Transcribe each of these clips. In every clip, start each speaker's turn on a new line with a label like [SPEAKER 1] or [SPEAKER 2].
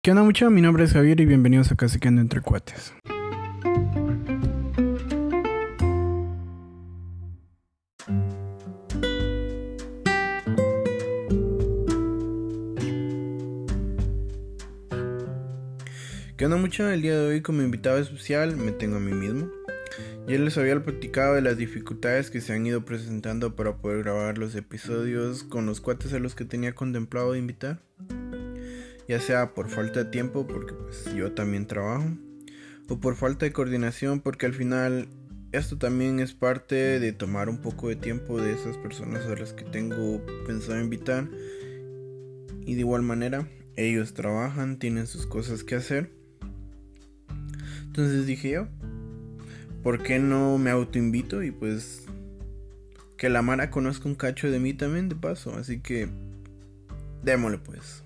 [SPEAKER 1] ¿Qué onda mucho? Mi nombre es Javier y bienvenidos a Caciqueando Entre Cuates. ¿Qué onda mucho? El día de hoy como invitado especial me tengo a mí mismo. Ya les había platicado de las dificultades que se han ido presentando para poder grabar los episodios con los cuates a los que tenía contemplado invitar. Ya sea por falta de tiempo, porque pues yo también trabajo, o por falta de coordinación, porque al final esto también es parte de tomar un poco de tiempo de esas personas a las que tengo pensado invitar. Y de igual manera, ellos trabajan, tienen sus cosas que hacer. Entonces dije yo, ¿por qué no me autoinvito? Y pues que la Mara conozca un cacho de mí también de paso. Así que démosle pues.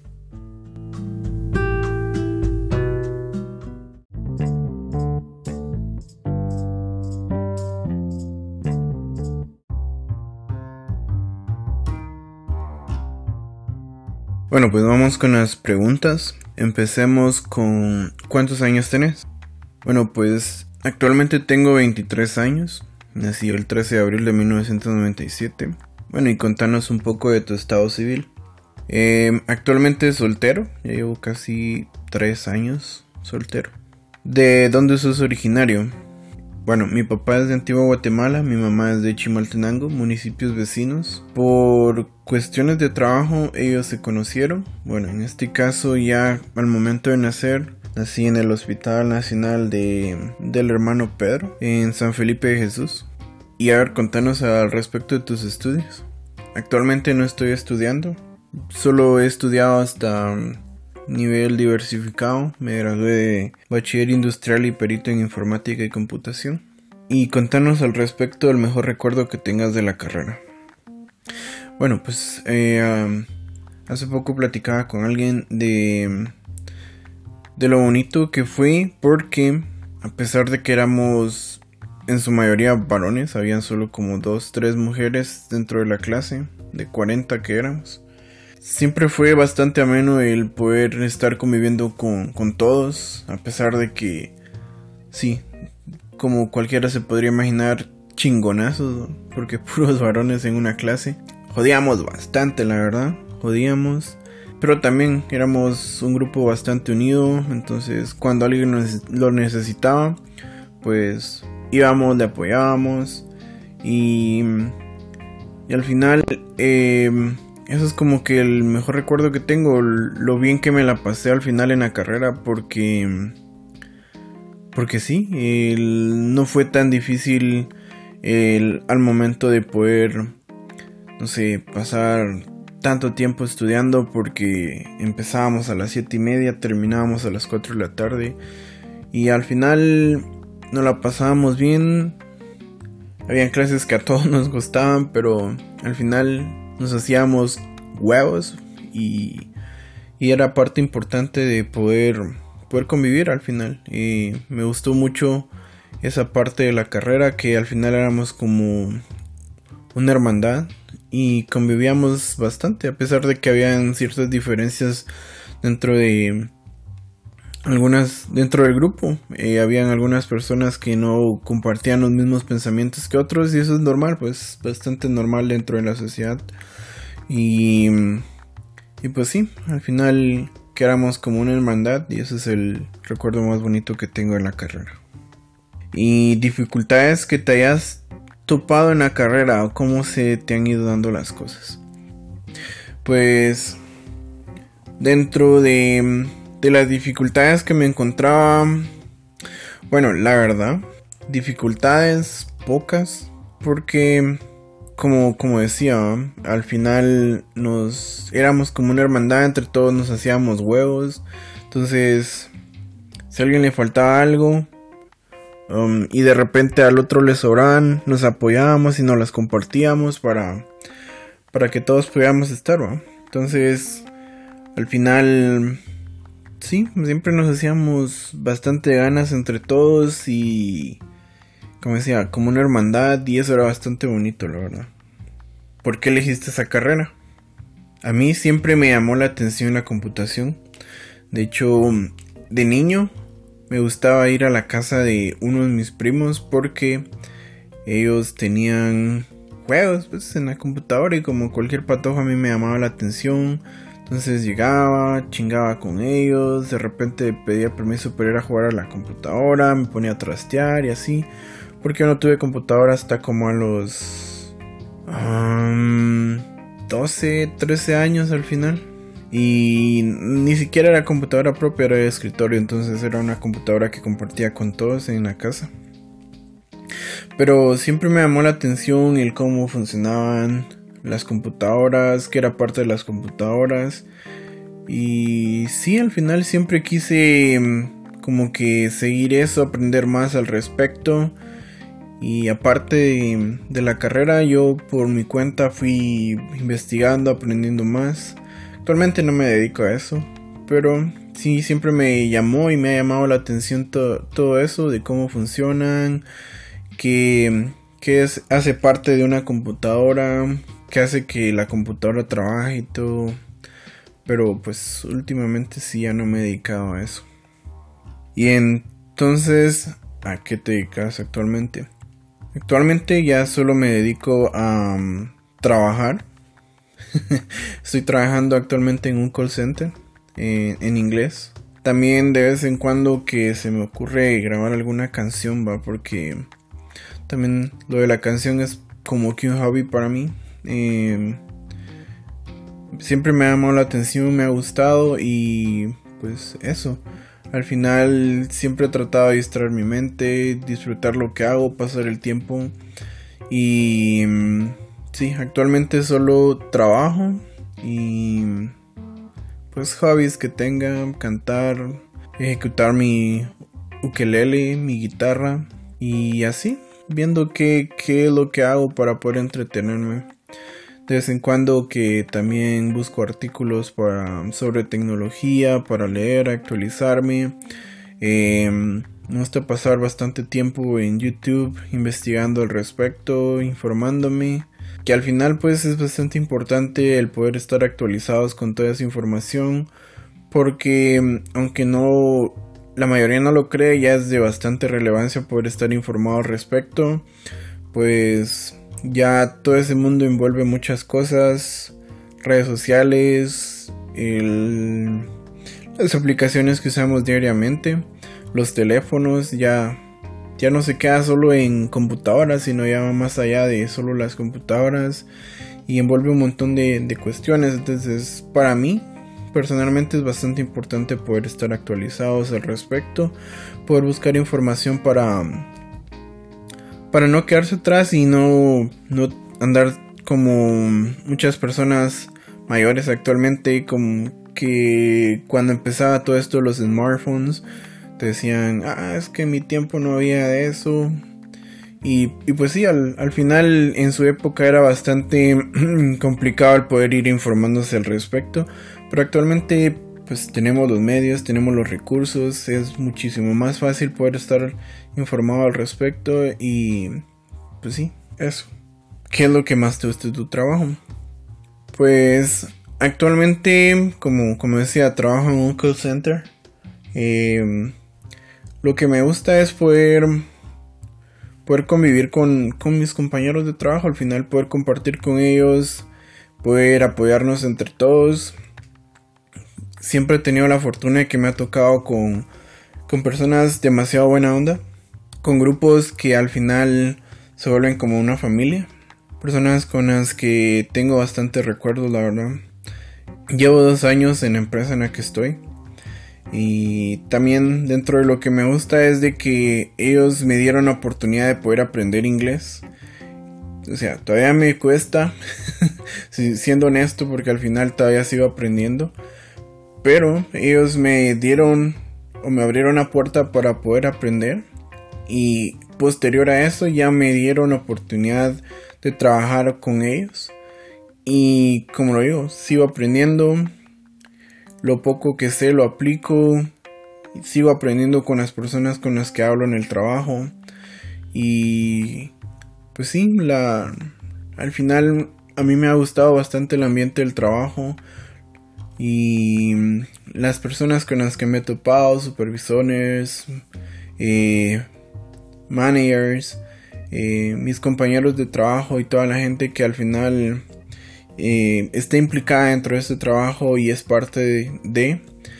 [SPEAKER 1] Bueno, pues vamos con las preguntas. Empecemos con ¿cuántos años tenés? Bueno, pues actualmente tengo 23 años. Nací el 13 de abril de 1997. Bueno, y contanos un poco de tu estado civil. Actualmente soltero. Ya llevo casi 3 años soltero. ¿De dónde sos originario? Bueno, mi papá es de Antigua Guatemala, mi mamá es de Chimaltenango, municipios vecinos. Por cuestiones de trabajo ellos se conocieron. Bueno, en este caso ya al momento de nacer, nací en el Hospital Nacional del Hermano Pedro, en San Felipe de Jesús. Y a ver, contanos al respecto de tus estudios. Actualmente no estoy estudiando, solo he estudiado hasta nivel diversificado. Me gradué de bachiller industrial y perito en informática y computación. Y contanos al respecto del mejor recuerdo que tengas de la carrera. Bueno, pues hace poco platicaba con alguien de lo bonito que fue, porque a pesar de que éramos en su mayoría varones, habían solo como 2-3 mujeres dentro de la clase, de 40 que éramos. Siempre fue bastante ameno el poder estar conviviendo con todos, a pesar de que, sí, como cualquiera se podría imaginar, chingonazos, ¿no? Porque puros varones en una clase. Jodíamos bastante, la verdad, jodíamos. Pero también éramos un grupo bastante unido, entonces cuando alguien lo necesitaba, pues íbamos, le apoyábamos. Y al final, eso es como que el mejor recuerdo que tengo, lo bien que me la pasé al final en la carrera, porque sí, no fue tan difícil al momento de poder, no sé, pasar tanto tiempo estudiando, porque empezábamos a las 7:30, terminábamos a las 4 de la tarde y al final nos la pasábamos bien. Habían clases que a todos nos gustaban, pero al final nos hacíamos huevos y era parte importante de poder convivir al final. Y me gustó mucho esa parte de la carrera, que al final éramos como una hermandad y convivíamos bastante, a pesar de que habían ciertas diferencias dentro del grupo. Habían algunas personas que no compartían los mismos pensamientos que otros, y eso es normal, pues bastante normal dentro de la sociedad. Y pues sí, al final quedamos como una hermandad, y ese es el recuerdo más bonito que tengo en la carrera. Y dificultades que te hayas topado en la carrera, o cómo se te han ido dando las cosas. Pues dentro de las dificultades que me encontraba, bueno, la verdad, dificultades pocas, porque como decía, al final éramos como una hermandad, entre todos nos hacíamos huevos. Entonces, si a alguien le faltaba algo, y de repente al otro le sobraban, nos apoyábamos y nos las compartíamos para que todos pudiéramos estar, ¿no? Entonces, al final, sí, siempre nos hacíamos bastante ganas entre todos y, como decía, como una hermandad, y eso era bastante bonito, la verdad. ¿Por qué elegiste esa carrera? A mí siempre me llamó la atención la computación. De hecho, de niño me gustaba ir a la casa de uno de mis primos porque ellos tenían juegos pues, en la computadora y como cualquier patojo a mí me llamaba la atención. Entonces llegaba, chingaba con ellos, de repente pedía permiso para ir a jugar a la computadora, me ponía a trastear y así. Porque yo no tuve computadora hasta como a los 12, 13 años al final. Y ni siquiera era computadora propia, era de escritorio, entonces era una computadora que compartía con todos en la casa. Pero siempre me llamó la atención el cómo funcionaban las computadoras, que era parte de las computadoras. Y sí, al final siempre quise como que seguir eso, aprender más al respecto. Y aparte de la carrera, yo por mi cuenta fui investigando, aprendiendo más. Actualmente no me dedico a eso, pero sí, siempre me llamó y me ha llamado la atención todo eso de cómo funcionan, qué hace parte de una computadora, qué hace que la computadora trabaje y todo. Pero pues últimamente sí ya no me he dedicado a eso. Y entonces, ¿a qué te dedicas actualmente? Actualmente ya solo me dedico a trabajar. Estoy trabajando actualmente en un call center en inglés. También de vez en cuando que se me ocurre grabar alguna canción, va, porque también lo de la canción es como que un hobby para mí. Siempre me ha llamado la atención, me ha gustado y pues eso. Al final siempre he tratado de distraer mi mente, disfrutar lo que hago, pasar el tiempo. Y sí, actualmente solo trabajo y pues hobbies que tenga, cantar, ejecutar mi ukelele, mi guitarra y así, viendo qué es lo que hago para poder entretenerme. De vez en cuando que también busco artículos sobre tecnología, para leer, actualizarme. Me gusta pasar bastante tiempo en YouTube investigando al respecto, informándome. Que al final pues es bastante importante el poder estar actualizados con toda esa información. Porque aunque no, la mayoría no lo cree, ya es de bastante relevancia poder estar informado al respecto. Pues ya todo ese mundo envuelve muchas cosas, redes sociales, las aplicaciones que usamos diariamente, los teléfonos, ya no se queda solo en computadoras, sino ya va más allá de solo las computadoras y envuelve un montón de cuestiones. Entonces para mí personalmente es bastante importante poder estar actualizados al respecto, poder buscar información para no quedarse atrás y no andar como muchas personas mayores actualmente, como que cuando empezaba todo esto los smartphones te decían, es que en mi tiempo no había de eso. Y pues sí, al final en su época era bastante complicado el poder ir informándose al respecto, pero actualmente pues tenemos los medios, tenemos los recursos, es muchísimo más fácil poder estar informado al respecto y pues sí, eso. ¿Qué es lo que más te gusta de tu trabajo? Pues actualmente, como decía, trabajo en un call center. Lo que me gusta es poder convivir con mis compañeros de trabajo, al final poder compartir con ellos, poder apoyarnos entre todos. Siempre he tenido la fortuna de que me ha tocado con personas demasiado buena onda, con grupos que al final se vuelven como una familia, personas con las que tengo bastantes recuerdos, la verdad. Llevo 2 años en la empresa en la que estoy y también dentro de lo que me gusta es de que ellos me dieron la oportunidad de poder aprender inglés. O sea, todavía me cuesta, siendo honesto, porque al final todavía sigo aprendiendo. Pero ellos me dieron o me abrieron la puerta para poder aprender. Y posterior a eso ya me dieron la oportunidad de trabajar con ellos. Y como lo digo, sigo aprendiendo. Lo poco que sé lo aplico. Sigo aprendiendo con las personas con las que hablo en el trabajo. Y pues sí, al final a mí me ha gustado bastante el ambiente del trabajo. y las personas con las que me he topado, supervisores, managers, mis compañeros de trabajo y toda la gente que al final está implicada dentro de este trabajo y es parte de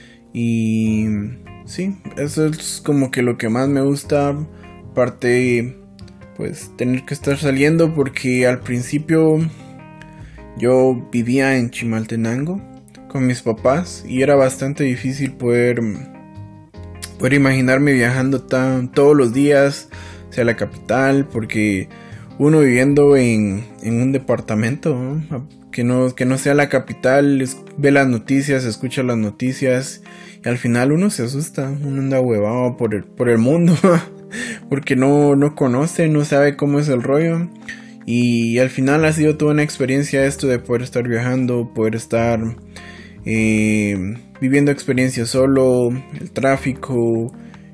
[SPEAKER 1] y sí, eso es como que lo que más me gusta. Aparte, pues tener que estar saliendo, porque al principio yo vivía en Chimaltenango con mis papás y era bastante difícil poder imaginarme viajando todos los días hacia la capital, porque uno viviendo en un departamento, ¿no? que no sea la capital, ve las noticias, escucha las noticias y al final uno se asusta, uno anda huevado por el mundo porque no conoce, no sabe cómo es el rollo. Y al final ha sido toda una experiencia esto de poder estar viajando, poder estar viviendo experiencias solo, el tráfico,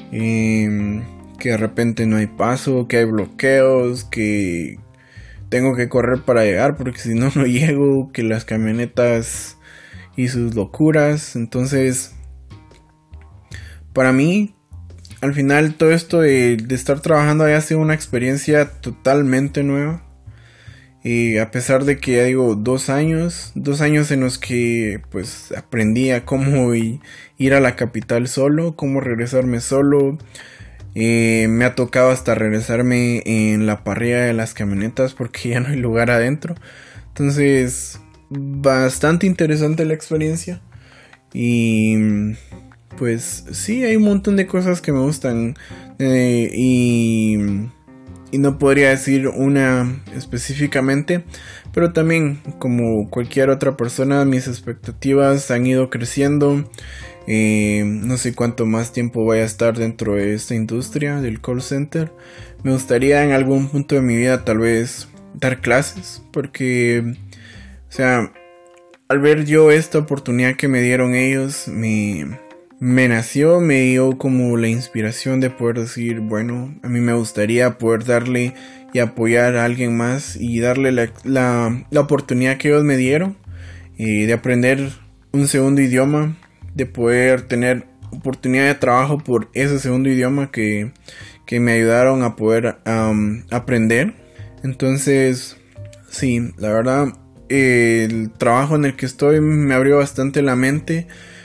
[SPEAKER 1] que de repente no hay paso, que hay bloqueos, que tengo que correr para llegar porque si no llego, que las camionetas y sus locuras. Entonces, para mí, al final todo esto de estar trabajando ha sido una experiencia totalmente nueva. Y a pesar de que ya digo 2 años en los que pues aprendí a cómo ir a la capital solo, cómo regresarme solo. Me ha tocado hasta regresarme en la parrilla de las camionetas porque ya no hay lugar adentro. Entonces, bastante interesante la experiencia. Y pues sí, hay un montón de cosas que me gustan. Y no podría decir una específicamente, pero también como cualquier otra persona mis expectativas han ido creciendo. No sé cuánto más tiempo voy a estar dentro de esta industria del call center. Me gustaría en algún punto de mi vida tal vez dar clases, porque o sea, al ver yo esta oportunidad que me dieron ellos, me nació, me dio como la inspiración de poder decir, bueno, a mí me gustaría poder darle y apoyar a alguien más y darle la oportunidad que ellos me dieron, de aprender un segundo idioma, de poder tener oportunidad de trabajo por ese segundo idioma que me ayudaron a poder aprender. Entonces, sí, la verdad, el trabajo en el que estoy me abrió bastante la mente,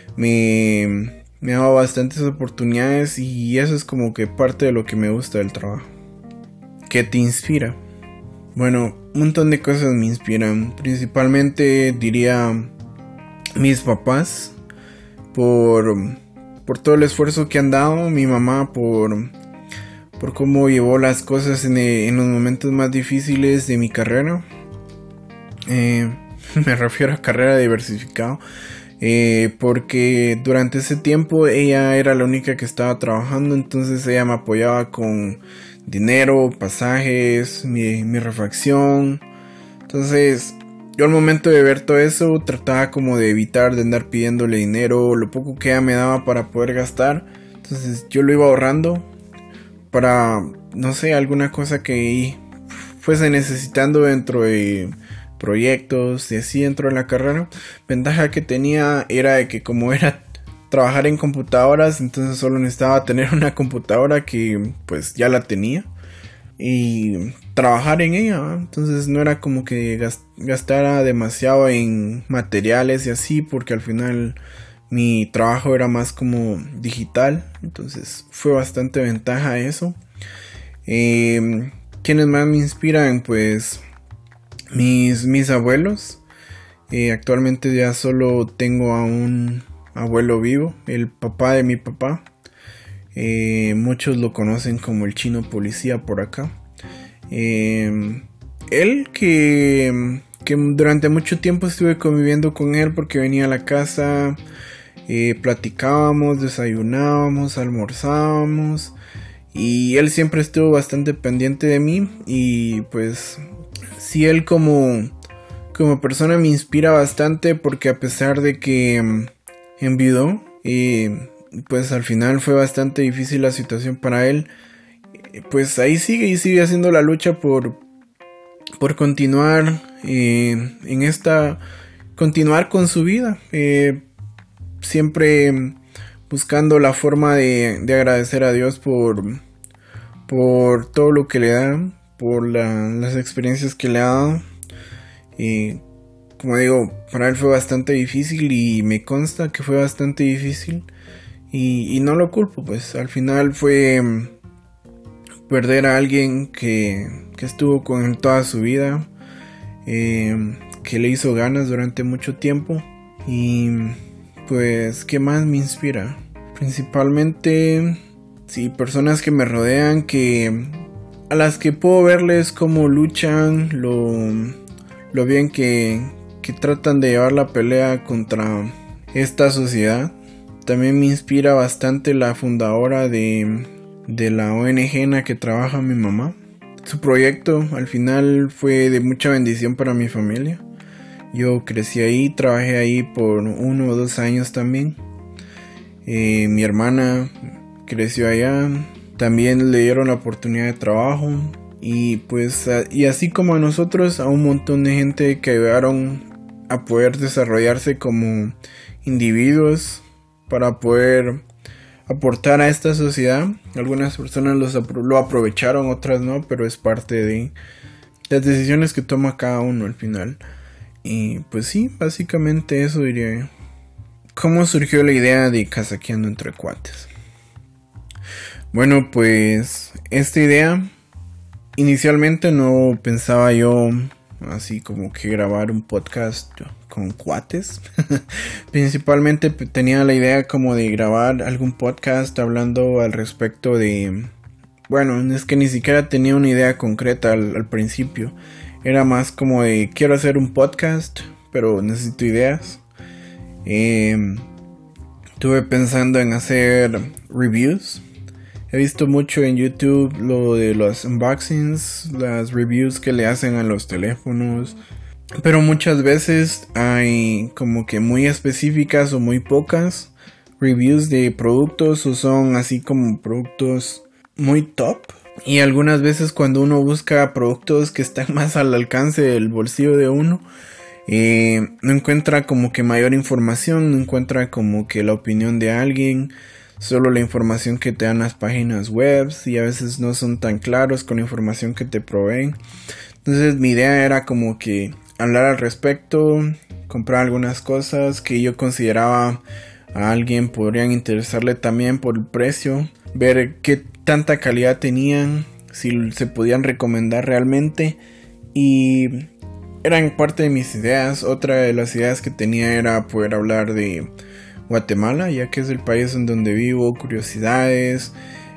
[SPEAKER 1] me ha dado bastantes oportunidades y eso es como que parte de lo que me gusta del trabajo. ¿Qué te inspira? Bueno, un montón de cosas me inspiran. Principalmente diría mis papás por todo el esfuerzo que han dado. Mi mamá por cómo llevó las cosas en los momentos más difíciles de mi carrera. Me refiero a carrera diversificada. Porque durante ese tiempo ella era la única que estaba trabajando, entonces ella me apoyaba con dinero, pasajes, mi refacción. Entonces yo al momento de ver todo eso trataba como de evitar de andar pidiéndole dinero, lo poco que ella me daba para poder gastar. Entonces yo lo iba ahorrando para, no sé, alguna cosa que fuese necesitando dentro de proyectos y así dentro de la carrera. Ventaja que tenía era de que como era trabajar en computadoras, entonces solo necesitaba tener una computadora que pues ya la tenía y trabajar en ella, ¿no? Entonces no era como que gastara demasiado en materiales y así, porque al final mi trabajo era más como digital, entonces fue bastante ventaja eso. ¿Quiénes más me inspiran? Pues mis abuelos. Actualmente ya solo tengo a un abuelo vivo, el papá de mi papá. Muchos lo conocen como el chino policía por acá. Él que durante mucho tiempo estuve conviviendo con él porque venía a la casa, platicábamos, desayunábamos, almorzábamos y él siempre estuvo bastante pendiente de mí y pues sí, él como persona me inspira bastante porque a pesar de que enviudó, pues al final fue bastante difícil la situación para él, pues ahí sigue haciendo la lucha por continuar en esta continuar con su vida, siempre buscando la forma de agradecer a Dios por todo lo que le da, por las experiencias que le ha dado. Como digo, para él fue bastante difícil y me consta que fue bastante difícil y no lo culpo, pues al final fue perder a alguien que estuvo con él toda su vida, que le hizo ganas durante mucho tiempo. Y pues, ¿qué más me inspira? Principalmente, sí, personas que me rodean, a las que puedo verles cómo luchan, lo bien que tratan de llevar la pelea contra esta sociedad. También me inspira bastante la fundadora de la ONG en la que trabaja mi mamá. Su proyecto al final fue de mucha bendición para mi familia. Yo crecí ahí, trabajé ahí por 1 o 2 años también. Mi hermana creció allá, también le dieron la oportunidad de trabajo. Y pues, y así como a nosotros, a un montón de gente que ayudaron a poder desarrollarse como individuos para poder aportar a esta sociedad. Algunas personas lo aprovecharon, otras no, pero es parte de las decisiones que toma cada uno al final. Y pues sí, básicamente eso diría yo. ¿Cómo surgió la idea de Casaqueando entre Cuates? Bueno, pues esta idea inicialmente no pensaba yo así como que grabar un podcast con cuates. Principalmente tenía la idea como de grabar algún podcast hablando al respecto de... Bueno, es que ni siquiera tenía una idea concreta al principio. Era más como de quiero hacer un podcast, pero necesito ideas. Estuve pensando en hacer reviews. He visto mucho en YouTube lo de los unboxings, las reviews que le hacen a los teléfonos. Pero muchas veces hay como que muy específicas o muy pocas reviews de productos, o son así como productos muy top. Y algunas veces cuando uno busca productos que están más al alcance del bolsillo de uno, no encuentra como que mayor información, no encuentra como que la opinión de alguien, solo la información que te dan las páginas web, y a veces no son tan claros con la información que te proveen. Entonces mi idea era como que hablar al respecto, comprar algunas cosas que yo consideraba a alguien podrían interesarle también por el precio, ver qué tanta calidad tenían, si se podían recomendar realmente, y eran parte de mis ideas. Otra de las ideas que tenía era poder hablar de Guatemala, ya que es el país en donde vivo, curiosidades,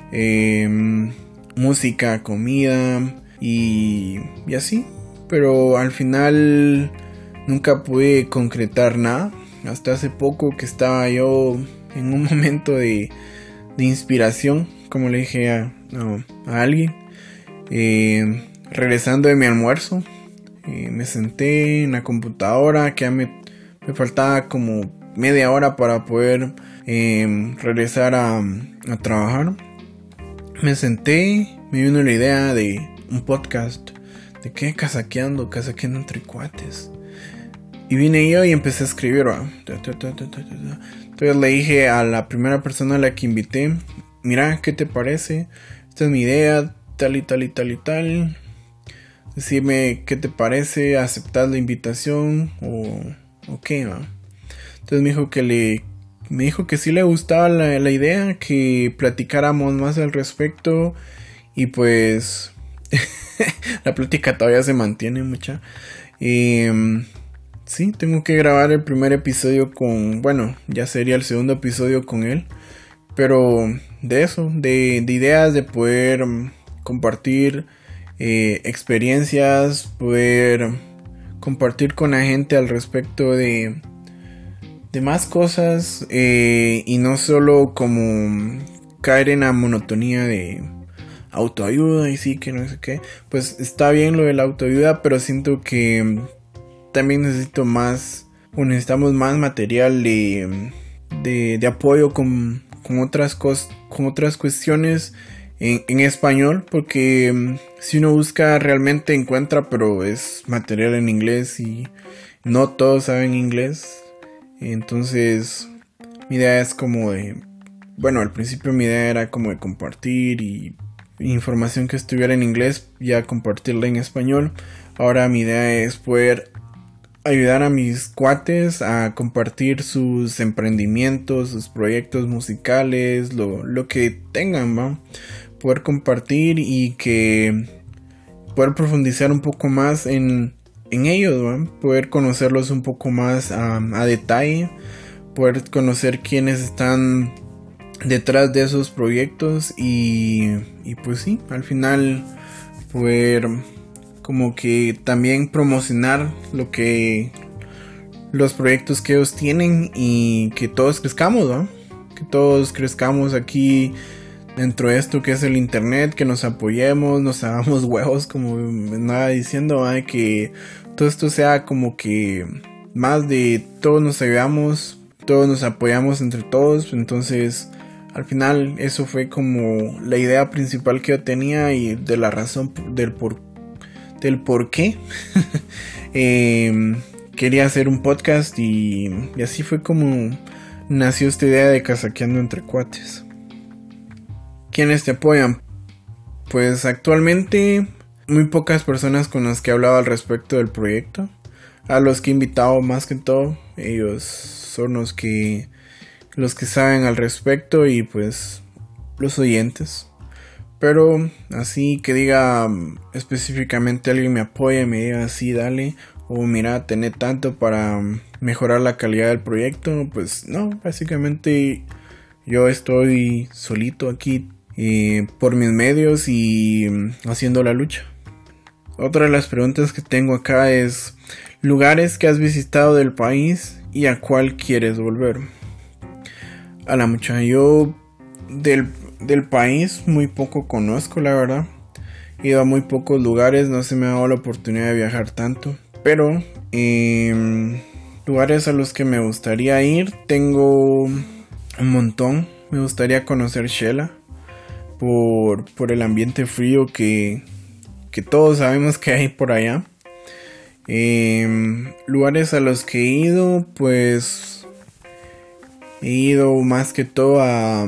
[SPEAKER 1] música, comida y así. Pero al final nunca pude concretar nada. Hasta hace poco que estaba yo en un momento de inspiración, como le dije a alguien, regresando de mi almuerzo, me senté en la computadora, que ya me faltaba como media hora para poder regresar a trabajar. Me senté, me vino la idea de un podcast. ¿De qué? Casaqueando entre cuates. Y vine yo y empecé a escribir. Entonces le dije a la primera persona a la que invité: mira, ¿qué te parece? Esta es mi idea, tal y tal y tal y tal. Decime qué te parece, aceptar la invitación o qué, ¿va? Entonces me dijo que sí le gustaba la idea, que platicáramos más al respecto. Y pues la plática todavía se mantiene mucha. Sí, tengo que grabar el primer episodio ya sería el segundo episodio con él. Pero de eso, de ideas, de poder compartir experiencias, poder compartir con la gente al respecto de más cosas, y no solo como caer en la monotonía de autoayuda y sí que no sé qué. Pues está bien lo de la autoayuda, pero siento que también necesitamos más material de apoyo con otras cosas, con otras cuestiones en español, porque si uno busca realmente encuentra, pero es material en inglés y no todos saben inglés. Entonces mi idea es como de, bueno, al principio mi idea era como de compartir y información que estuviera en inglés, ya compartirla en español. Ahora mi idea es poder ayudar a mis cuates a compartir sus emprendimientos, sus proyectos musicales, lo que tengan, ¿va? Poder compartir y que poder profundizar un poco más en ellos, ¿va? Poder conocerlos un poco más a detalle, poder conocer quiénes están detrás de esos proyectos y pues sí, al final poder como que también promocionar los proyectos que ellos tienen y que todos crezcamos, ¿no? Que todos crezcamos aquí dentro de esto que es el internet, que nos apoyemos, nos hagamos huevos, como me andaba diciendo, ¿no? Que todo esto sea como que más de todos nos ayudamos, todos nos apoyamos entre todos. Entonces al final eso fue como la idea principal que yo tenía y de la razón del por qué quería hacer un podcast y así fue como nació esta idea de Casaqueando entre Cuates. ¿Quiénes te apoyan? Pues actualmente muy pocas personas con las que he hablado al respecto del proyecto. A los que he invitado más que todo, ellos son los que saben al respecto y pues los oyentes. Pero así que diga específicamente alguien me apoya y me diga así dale, o mira, tener tanto para mejorar la calidad del proyecto, pues no, básicamente yo estoy solito aquí por mis medios y haciendo la lucha. Otra de las preguntas que tengo acá es lugares que has visitado del país y a cuál quieres volver. A la muchacha, yo del país muy poco conozco, la verdad. He ido a muy pocos lugares, no se me ha dado la oportunidad de viajar tanto. Pero lugares a los que me gustaría ir, tengo un montón. Me gustaría conocer Shela por el ambiente frío que todos sabemos que hay por allá. Lugares a los que he ido, pues he ido más que todo a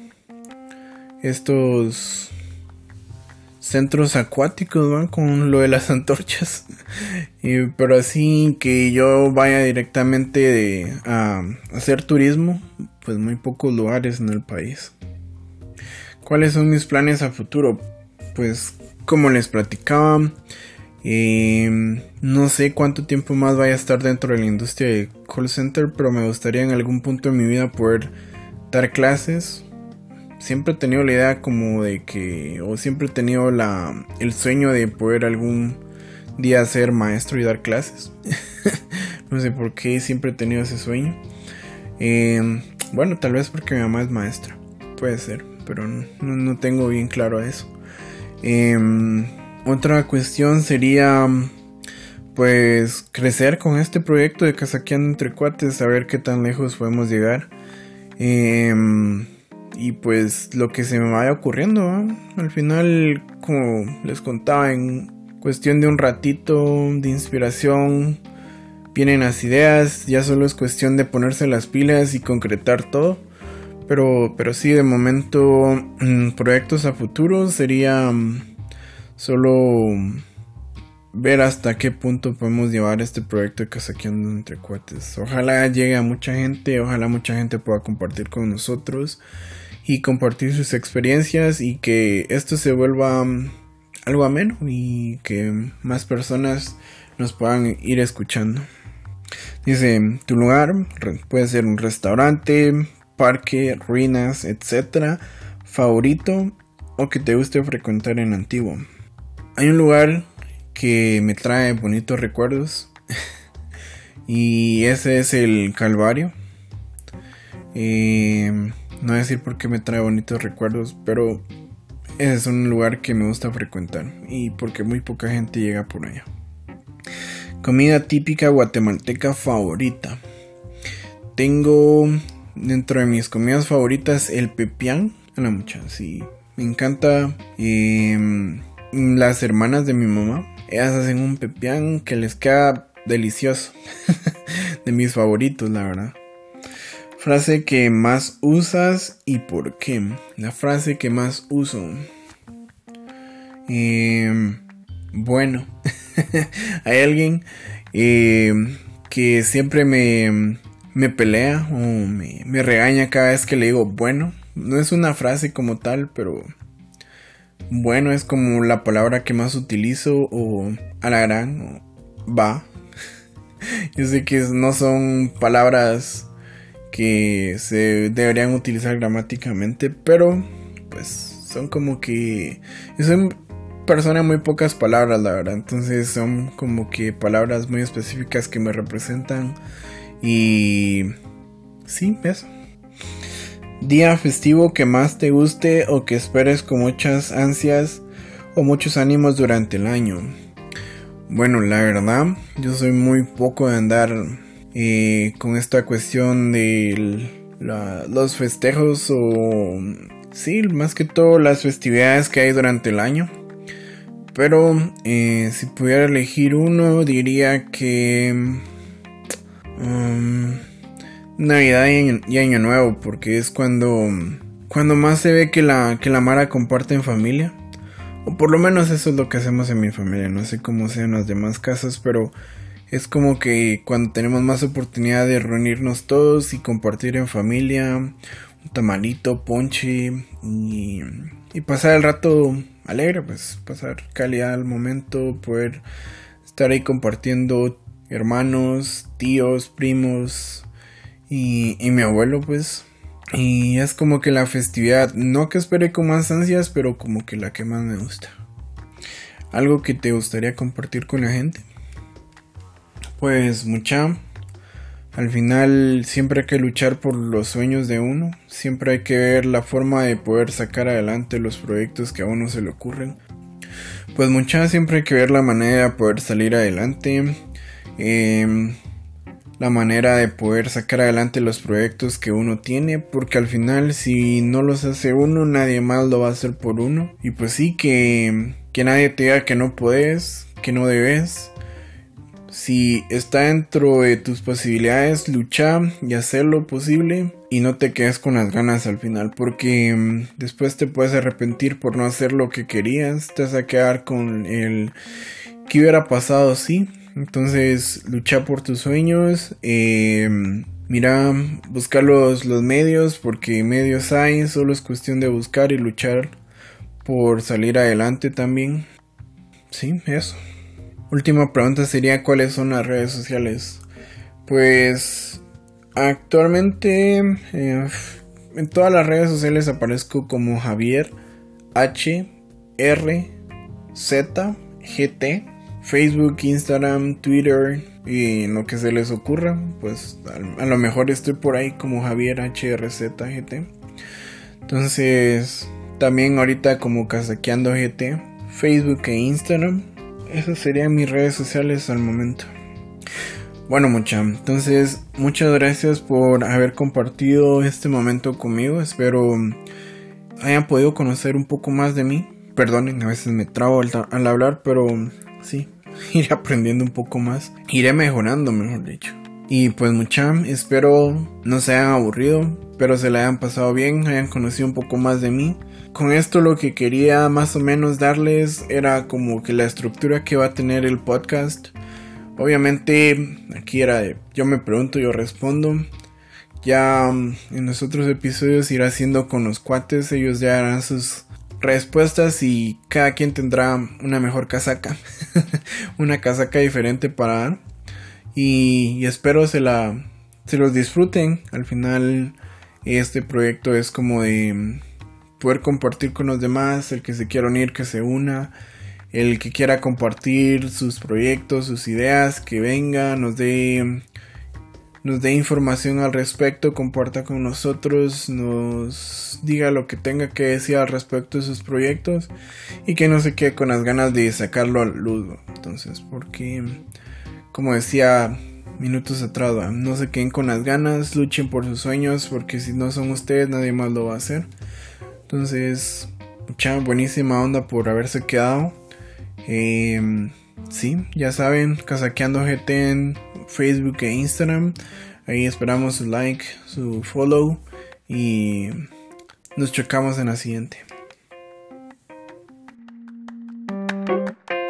[SPEAKER 1] estos centros acuáticos, ¿no? Con lo de las antorchas. Pero así que yo vaya directamente a hacer turismo, pues muy pocos lugares en el país. ¿Cuáles son mis planes a futuro? Pues como les platicaba, no sé cuánto tiempo más vaya a estar dentro de la industria de call center, pero me gustaría en algún punto de mi vida poder dar clases. Siempre he tenido la idea como de que, o siempre he tenido el sueño de poder algún día ser maestro y dar clases. No sé por qué siempre he tenido ese sueño. Bueno, tal vez porque mi mamá es maestra, puede ser, pero no tengo bien claro eso. Otra cuestión sería pues crecer con este proyecto de Casaqueando entre Cuates, saber qué tan lejos podemos llegar. Y pues lo que se me vaya ocurriendo, ¿eh? Al final, como les contaba, en cuestión de un ratito de inspiración vienen las ideas, ya solo es cuestión de ponerse las pilas y concretar todo. Pero sí, de momento proyectos a futuro sería solo ver hasta qué punto podemos llevar este proyecto de Casaqueando entre Cuates. Ojalá llegue a mucha gente, ojalá mucha gente pueda compartir con nosotros y compartir sus experiencias y que esto se vuelva algo ameno y que más personas nos puedan ir escuchando. Dice, tu lugar puede ser un restaurante, parque, ruinas, etcétera, favorito o que te guste frecuentar en Antigua. Hay un lugar que me trae bonitos recuerdos y ese es el Calvario. No voy a decir por qué me trae bonitos recuerdos, pero es un lugar que me gusta frecuentar y porque muy poca gente llega por allá. Comida típica guatemalteca favorita. Tengo dentro de mis comidas favoritas el pepián. A la muchacha, sí, me encanta. Las hermanas de mi mamá, ellas hacen un pepián que les queda delicioso. De mis favoritos, la verdad. Frase que más usas y por qué. La frase que más uso. Bueno, hay alguien que siempre me pelea o me regaña cada vez que le digo bueno. No es una frase como tal, pero bueno es como la palabra que más utilizo, o a la gran, o va. Yo sé que no son palabras que se deberían utilizar gramáticamente, pero pues son como que... Yo soy persona de muy pocas palabras, la verdad, entonces son como que palabras muy específicas que me representan. Y sí, eso. Día festivo que más te guste o que esperes con muchas ansias o muchos ánimos durante el año. Bueno, la verdad, yo soy muy poco de andar con esta cuestión de los festejos, o sí, más que todo las festividades que hay durante el año. Pero si pudiera elegir uno, diría que Navidad y Año Nuevo, porque es cuando más se ve que la mara comparte en familia. O por lo menos eso es lo que hacemos en mi familia. No sé cómo sean las demás casas, pero es como que cuando tenemos más oportunidad de reunirnos todos y compartir en familia, un tamalito, ponche y pasar el rato alegre, pues pasar calidad al momento, poder estar ahí compartiendo hermanos, tíos, primos y mi abuelo, pues. Y es como que la festividad, no que espere con más ansias, pero como que la que más me gusta. ¿Algo que te gustaría compartir con la gente? Pues mucha. Al final siempre hay que luchar por los sueños de uno. Siempre hay que ver la forma de poder sacar adelante los proyectos que a uno se le ocurren. Pues mucha, siempre hay que ver la manera de poder salir adelante. La manera de poder sacar adelante los proyectos que uno tiene, porque al final si no los hace uno, nadie más lo va a hacer por uno. Y pues sí, que nadie te diga que no puedes, que no debes. Si está dentro de tus posibilidades, lucha y hacer lo posible y no te quedes con las ganas al final, porque después te puedes arrepentir por no hacer lo que querías, te vas a quedar con el ¿qué hubiera pasado si? Entonces, lucha por tus sueños. Mira, buscar los medios, porque medios hay, solo es cuestión de buscar y luchar por salir adelante también. Sí, eso. Última pregunta sería, ¿cuáles son las redes sociales? Pues actualmente en todas las redes sociales aparezco como Javier HRZGT. Facebook, Instagram, Twitter y en lo que se les ocurra, pues a lo mejor estoy por ahí como Javier HRZGT. Entonces también ahorita como Casaqueando GT, Facebook e Instagram. Esas serían mis redes sociales al momento. Bueno, entonces muchas gracias por haber compartido este momento conmigo. Espero hayan podido conocer un poco más de mí. Perdonen, a veces me trabo al hablar, pero sí, iré aprendiendo un poco más. Iré mejorando, mejor dicho. Y pues espero no se hayan aburrido, pero se la hayan pasado bien, hayan conocido un poco más de mí. Con esto lo que quería más o menos darles era como que la estructura que va a tener el podcast. Obviamente aquí era de yo me pregunto, yo respondo. Ya en los otros episodios irá haciendo con los cuates, ellos ya harán sus respuestas y cada quien tendrá una mejor casaca. Una casaca diferente para dar. Y espero se los disfruten. Al final este proyecto es como de poder compartir con los demás. El que se quiera unir, que se una. El que quiera compartir sus proyectos, sus ideas, que venga, nos dé información al respecto, comparta con nosotros, nos diga lo que tenga que decir al respecto de sus proyectos y que no se quede con las ganas de sacarlo a la luz. Entonces, porque como decía minutos atrás, no se queden con las ganas, luchen por sus sueños, porque si no son ustedes nadie más lo va a hacer. Entonces, mucha buenísima onda por haberse quedado. sí, ya saben, Casaqueando GT en Facebook e Instagram. Ahí esperamos su like, su follow y nos chocamos en la siguiente.